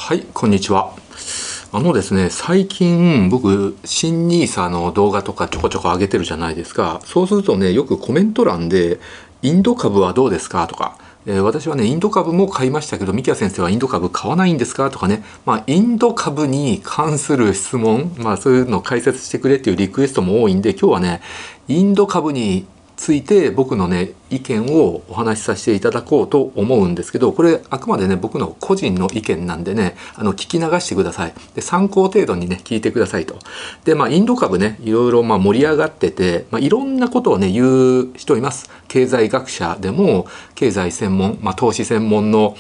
はい、こんにちは。ですね、最近僕、新ニーサの動画とかちょこちょこ上げてるじゃないですか。そうするとね、よくコメント欄で、インド株はどうですかとか、私はね、インド株も買いましたけど、三木谷先生はインド株買わないんですかとかね、インド株に関する質問、そういうのを解説してくれっていうリクエストも多いんで、今日はね、インド株について僕のね意見をお話しさせていただこうと思うんですけど、これあくまでね僕の個人の意見なんでね、聞き流してください。で参考程度にね聞いてくださいと。でインド株ねいろいろ盛り上がってて、いろんなことをね言う人います。経済学者でも経済専門、投資専門の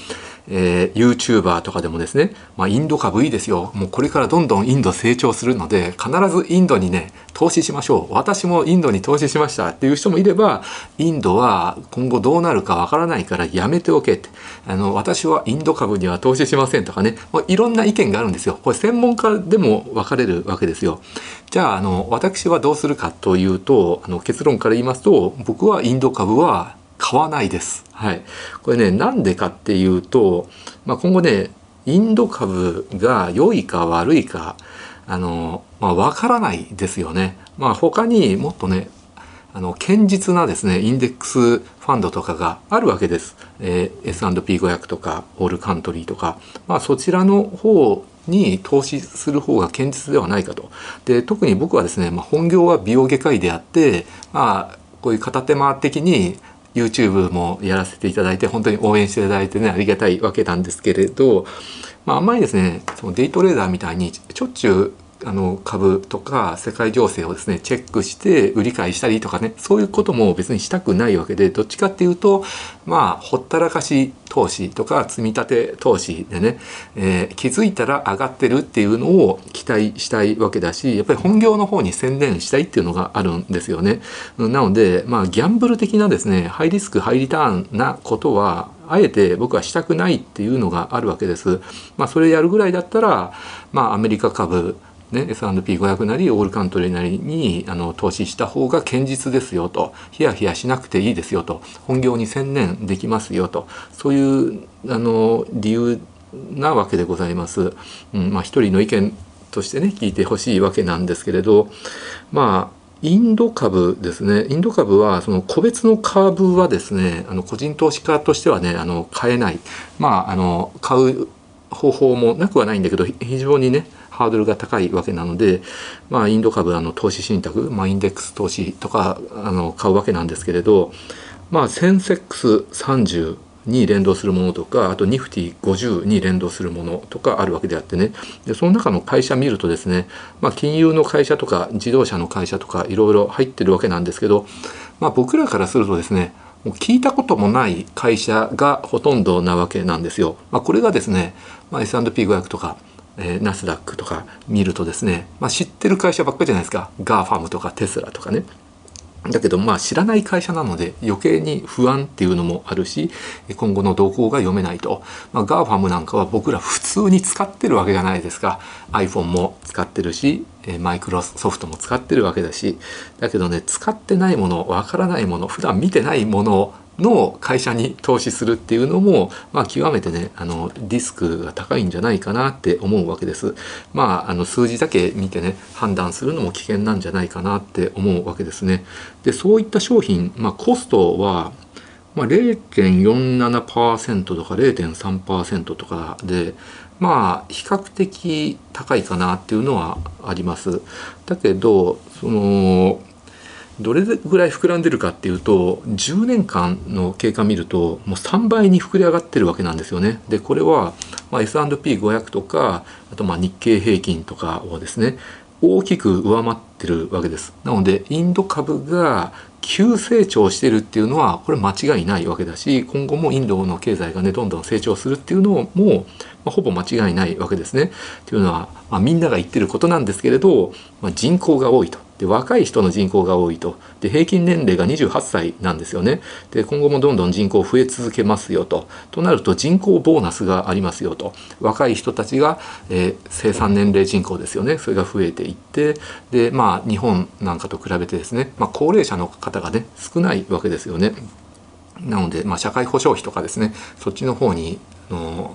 YouTuber とかでもですね、インド株いいですよ。もうこれからどんどんインド成長するので、必ずインドにね、投資しましょう。私もインドに投資しましたっていう人もいれば、インドは今後どうなるかわからないからやめておけって。私はインド株には投資しませんとかね、いろんな意見があるんですよ。これ専門家でも分かれるわけですよ。じゃあ、私はどうするかというと、結論から言いますと、僕はインド株は買わないです。はい。これね、なんでかっていうと、今後ね、インド株が良いか悪いか、わからないですよね。他にもっとね、堅実なですね、インデックスファンドとかがあるわけです。S&P500 とか、オールカントリーとか、そちらの方に投資する方が堅実ではないかと。で、特に僕はですね、本業は美容外科医であって、こういう片手間的にYouTube もやらせていただいて本当に応援していただいてねありがたいわけなんですけれど、あんまりですねそのデイトレーダーみたいにしょっちゅう株とか世界情勢をですねチェックして売り買いしたりとかね、そういうことも別にしたくないわけで、どっちかっていうとほったらかし投資とか積み立て投資でね、気づいたら上がってるっていうのを期待したいわけだし、やっぱり本業の方に専念したいっていうのがあるんですよね。なのでギャンブル的なですねハイリスクハイリターンなことはあえて僕はしたくないっていうのがあるわけです。それやるぐらいだったらアメリカ株ね、S&P500 なりオールカントリーなりに投資した方が堅実ですよと、ヒヤヒヤしなくていいですよと、本業に専念できますよと、そういう理由なわけでございます。一人の意見としてね聞いてほしいわけなんですけれど、インド株ですね。インド株はその個別の株はですね、個人投資家としてはね買えない。買う方法もなくはないんだけど、非常にねハードルが高いわけなので、インド株投資信託、インデックス投資とか買うわけなんですけれど、センセックス30に連動するものとか、あとニフティ50に連動するものとかあるわけであってね、でその中の会社見るとですね、金融の会社とか自動車の会社とかいろいろ入ってるわけなんですけど、僕らからするとですね、もう聞いたこともない会社がほとんどなわけなんですよ。これがですね、S&P500 とかナスダックとか見るとですね、知ってる会社ばっかりじゃないですか。ガーファムとかテスラとかね。だけど知らない会社なので余計に不安っていうのもあるし、今後の動向が読めないと。ガーファムなんかは僕ら普通に使ってるわけじゃないですか。 iPhone も使ってるし、マイクロソフトも使ってるわけだし、だけどね使ってないもの、わからないもの、普段見てないものの会社に投資するっていうのも、極めてねリスクが高いんじゃないかなって思うわけです。数字だけ見てね判断するのも危険なんじゃないかなって思うわけですね。でそういった商品、コストは0.47% とか 0.3% とかで比較的高いかなっていうのはあります。だけどどれぐらい膨らんでるかっていうと、10年間の経過見るともう3倍に膨れ上がってるわけなんですよね。でこれはS&P500 とか、あと日経平均とかをですね大きく上回ってるわけです。なのでインド株が急成長してるっていうのはこれ間違いないわけだし、今後もインドの経済がねどんどん成長するっていうのもほぼ間違いないわけですね。っていうのは、みんなが言ってることなんですけれど、人口が多いと。で若い人の人口が多いと。で平均年齢が28歳なんですよね。で今後もどんどん人口増え続けますよと。となると人口ボーナスがありますよと。若い人たちが、生産年齢人口ですよね。それが増えていって、で日本なんかと比べてですね、高齢者の方がね少ないわけですよね。なので、社会保障費とかですね、そっちの方に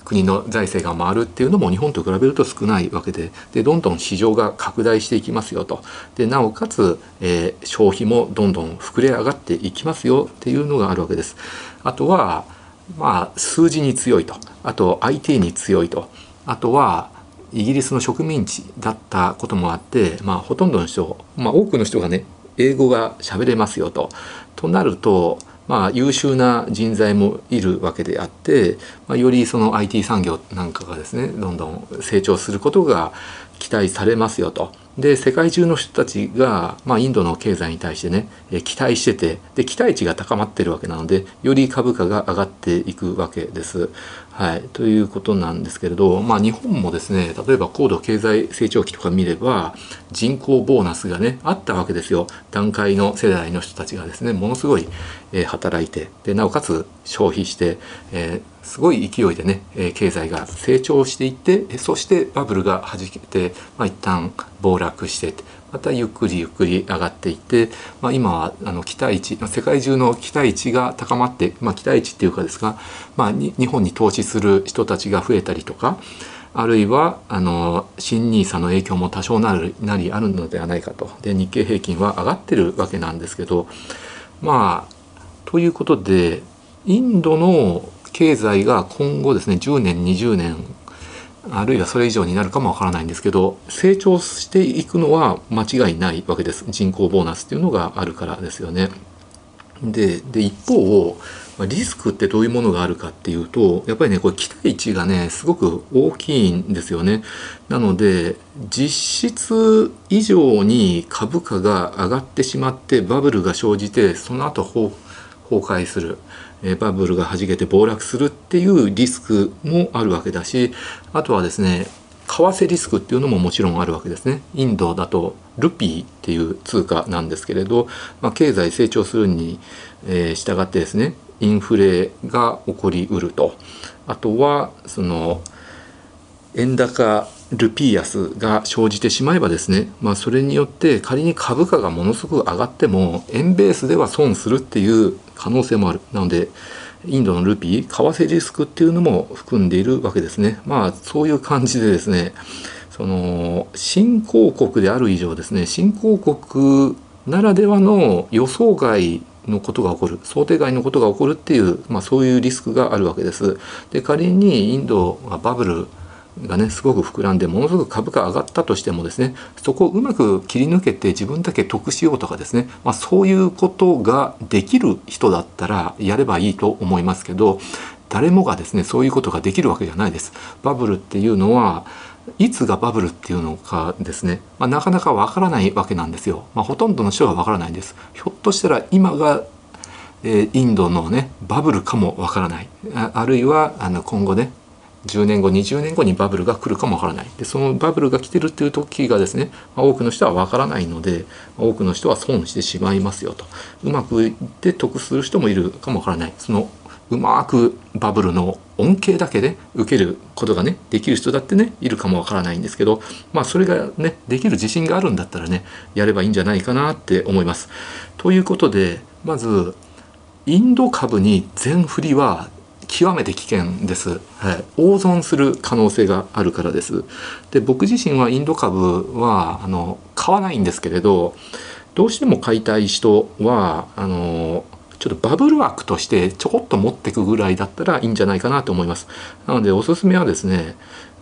国の財政が回るっていうのも日本と比べると少ないわけで、どんどん市場が拡大していきますよと。でなおかつ、消費もどんどん膨れ上がっていきますよっていうのがあるわけです。あとは数字に強いと、あと IT に強いと、あとはイギリスの植民地だったこともあって、ほとんどの人、多くの人がね英語が喋れますよとなると、優秀な人材もいるわけであって、よりその IT 産業なんかがですねどんどん成長することが期待されますよと。で世界中の人たちが、インドの経済に対してね期待してて、で期待値が高まってるわけなので、より株価が上がっていくわけです。はい、ということなんですけれど、日本もですね例えば高度経済成長期とか見れば人口ボーナスがねあったわけですよ。団塊の世代の人たちがですねものすごい働いて、でなおかつ消費して、すごい勢いでね経済が成長していって、そしてバブルがはじけて、一旦暴落してまたゆっくりゆっくり上がっていって、今は期待値、世界中の期待値が高まって、期待値っていうかですが、日本に投資する人たちが増えたりとか、あるいは新ニーサの影響も多少なりあるのではないかと。で日経平均は上がってるわけなんですけど、ということでインドの経済が今後ですね10年20年あるいはそれ以上になるかもわからないんですけど、成長していくのは間違いないわけです。人口ボーナスっていうのがあるからですよね。で一方リスクってどういうものがあるかっていうと、やっぱりねこれ期待値がねすごく大きいんですよね。なので実質以上に株価が上がってしまってバブルが生じて、その後崩壊する、バブルがはじけて暴落するっていうリスクもあるわけだし、あとはですね為替リスクっていうのももちろんあるわけですね。インドだとルピーっていう通貨なんですけれど、経済成長するに従ってですねインフレが起こりうると。あとはその円高ルピー安が生じてしまえばですね、それによって仮に株価がものすごく上がっても円ベースでは損するっていう可能性もある。なのでインドのルピー為替リスクっていうのも含んでいるわけですね。そういう感じでですね、その新興国である以上ですね、新興国ならではの予想外のことが起こる、想定外のことが起こるっていう、そういうリスクがあるわけです。で仮にインドがバブルがねすごく膨らんでものすごく株価上がったとしてもですね、そこをうまく切り抜けて自分だけ得しようとかですね、そういうことができる人だったらやればいいと思いますけど、誰もがですねそういうことができるわけじゃないです。バブルっていうのはいつがバブルっていうのかですね、なかなかわからないわけなんですよ。ほとんどの人はわからないんです。ひょっとしたら今がインドのねバブルかもわからない、あるいは今後ね10年後20年後にバブルが来るかもわからない。でそのバブルが来てるっていう時がですね、多くの人はわからないので多くの人は損してしまいますよと。うまくいって得する人もいるかもわからない。そのうまくバブルの恩恵だけで受けることがねできる人だってねいるかもわからないんですけど、それがねできる自信があるんだったらねやればいいんじゃないかなって思います。ということでまずインド株に全振りは極めて危険です。大損する可能性があるからです。で僕自身はインド株は買わないんですけれど、どうしても買いたい人はちょっとバブル枠としてちょこっと持っていくぐらいだったらいいんじゃないかなと思います。なのでおすすめはですね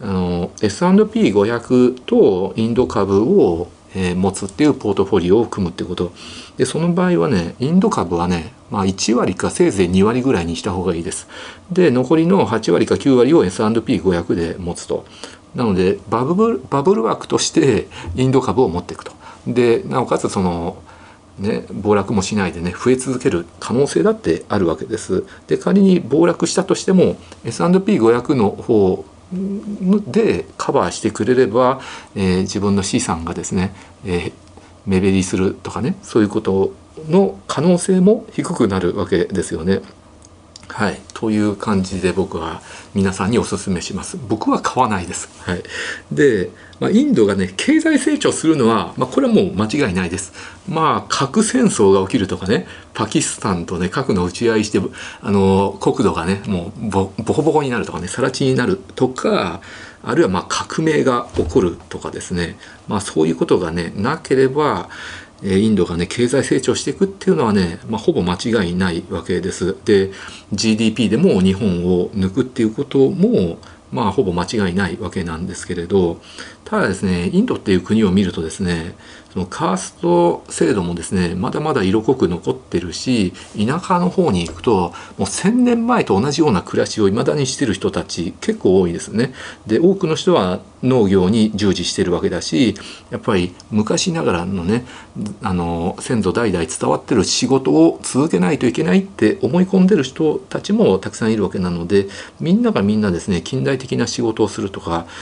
S&P500 とインド株を持つっていうポートフォリオを組むっていうことで、その場合はねインド株はね1割かせいぜい2割ぐらいにした方がいいです。で残りの8割か9割を S&P500 で持つと。なのでバブル枠としてインド株を持っていくと。でなおかつその暴落もしないでね増え続ける可能性だってあるわけです。で仮に暴落したとしても S&P500 の方でカバーしてくれれば、自分の資産がですね、目減りするとかねそういうことの可能性も低くなるわけですよね。 はい、という感じで僕は皆さんにお勧めします。僕は買わないです。はい、で、インドがね経済成長するのは、これはもう間違いないです。核戦争が起きるとかね、パキスタンとね核の撃ち合いして国土がねもうボコボコになるとかね、更地になるとか、あるいは革命が起こるとかですね、そういうことがねなければインドがね経済成長していくっていうのはね、ほぼ間違いないわけです。で GDP でも日本を抜くっていうこともほぼ間違いないわけなんですけれど、ただですねインドっていう国を見るとですね、そのカースト制度もですねまだまだ色濃く残ってるし、田舎の方に行くともう1000年前と同じような暮らしを未だにしてる人たち結構多いですね。で多くの人は農業に従事してるわけだし、やっぱり昔ながらのね先祖代々伝わってる仕事を続けないといけないって思い込んでる人たちもたくさんいるわけなので、みんながみんなですね近代的な仕事をするとか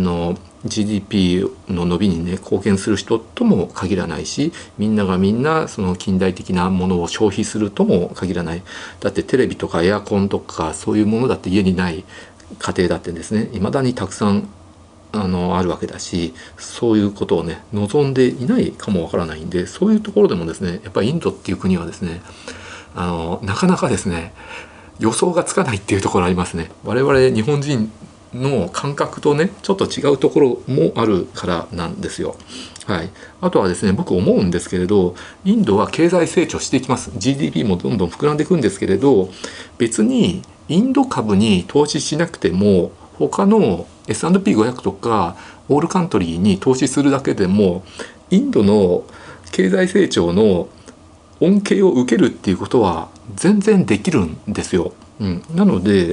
GDP の伸びにね貢献する人とも限らないし、みんながみんなその近代的なものを消費するとも限らない。だってテレビとかエアコンとかそういうものだって家にない家庭だってですね未だにたくさんあるわけだし、そういうことをね望んでいないかもわからないんで、そういうところでもですねやっぱりインドっていう国はですねなかなかですね予想がつかないっていうところありますね。我々日本人の感覚とねちょっと違うところもあるからなんですよ。はい、あとはですね僕思うんですけれど、インドは経済成長していきます。 GDP もどんどん膨らんでいくんですけれど、別にインド株に投資しなくても他の S&P500 とかオールカントリーに投資するだけでもインドの経済成長の恩恵を受けるっていうことは全然できるんですよ。なので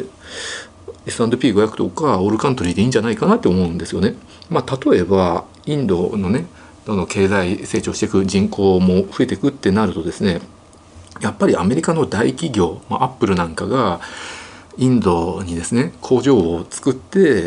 S&P500 とかオールカントリーでいいんじゃないかなって思うんですよね。例えばインドのねどんどん経済成長していく、人口も増えていくってなるとですね、やっぱりアメリカの大企業、アップルなんかがインドにですね工場を作って、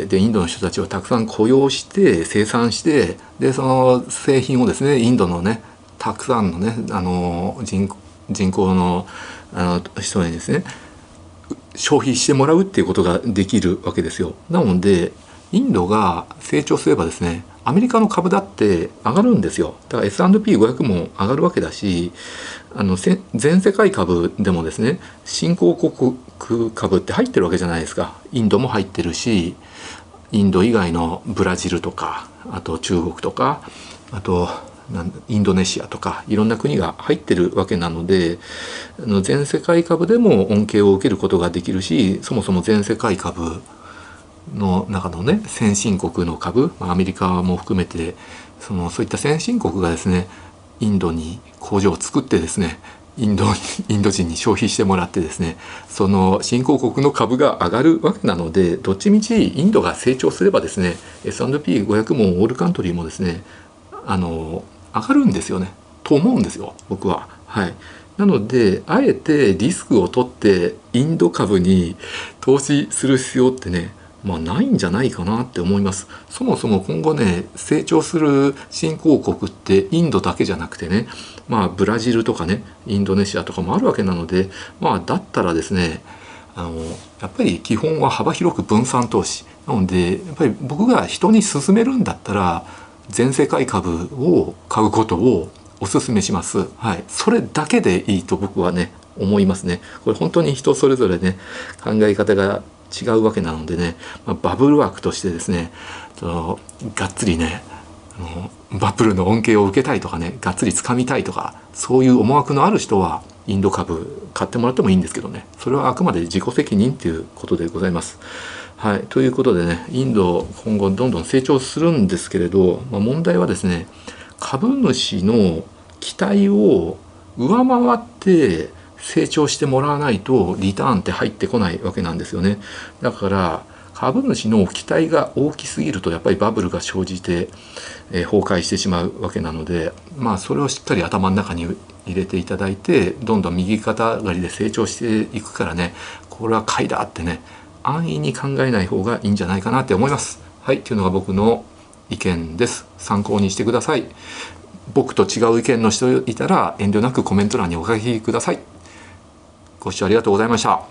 でインドの人たちをたくさん雇用して生産して、でその製品をですねインドのねたくさんのね人口の人にですね消費してもらうっていうことができるわけですよ。なのでインドが成長すればですねアメリカの株だって上がるんですよ。だから S&P500 も上がるわけだし、全世界株でもですね新興国株って入ってるわけじゃないですか。インドも入ってるし、インド以外のブラジルとか、あと中国とか、あとインドネシアとかいろんな国が入ってるわけなので、全世界株でも恩恵を受けることができるし、そもそも全世界株の中のね先進国の株、アメリカも含めてそういった先進国がですねインドに工場を作ってですねインド人に消費してもらってですね、その新興国の株が上がるわけなので、どっちみちインドが成長すればですね S&P500 もオールカントリーもですね上がるんですよねと思うんですよ僕は。はい、なのであえてリスクを取ってインド株に投資する必要ってねないんじゃないかなって思います。そもそも今後ね成長する新興国ってインドだけじゃなくてね、ブラジルとかねインドネシアとかもあるわけなので、だったらですねやっぱり基本は幅広く分散投資なので、やっぱり僕が人に勧めるんだったら全世界株を買うことをお勧めします。はい、それだけでいいと僕はね思いますね。これ本当に人それぞれね考え方が違うわけなのでね、バブル枠としてですねがっつりねバブルの恩恵を受けたいとかね、がっつり掴みたいとか、そういう思惑のある人はインド株買ってもらってもいいんですけどね、それはあくまで自己責任ということでございます。はい、ということでね、インド今後どんどん成長するんですけれど、問題はですね、株主の期待を上回って成長してもらわないとリターンって入ってこないわけなんですよね。だから株主の期待が大きすぎるとやっぱりバブルが生じて、崩壊してしまうわけなので、それをしっかり頭の中に入れていただいて、どんどん右肩上がりで成長していくからね、これは買いだってね安易に考えない方がいいんじゃないかなって思います。はい、というのが僕の意見です。参考にしてください。僕と違う意見の人いたら遠慮なくコメント欄にお書きください。ご視聴ありがとうございました。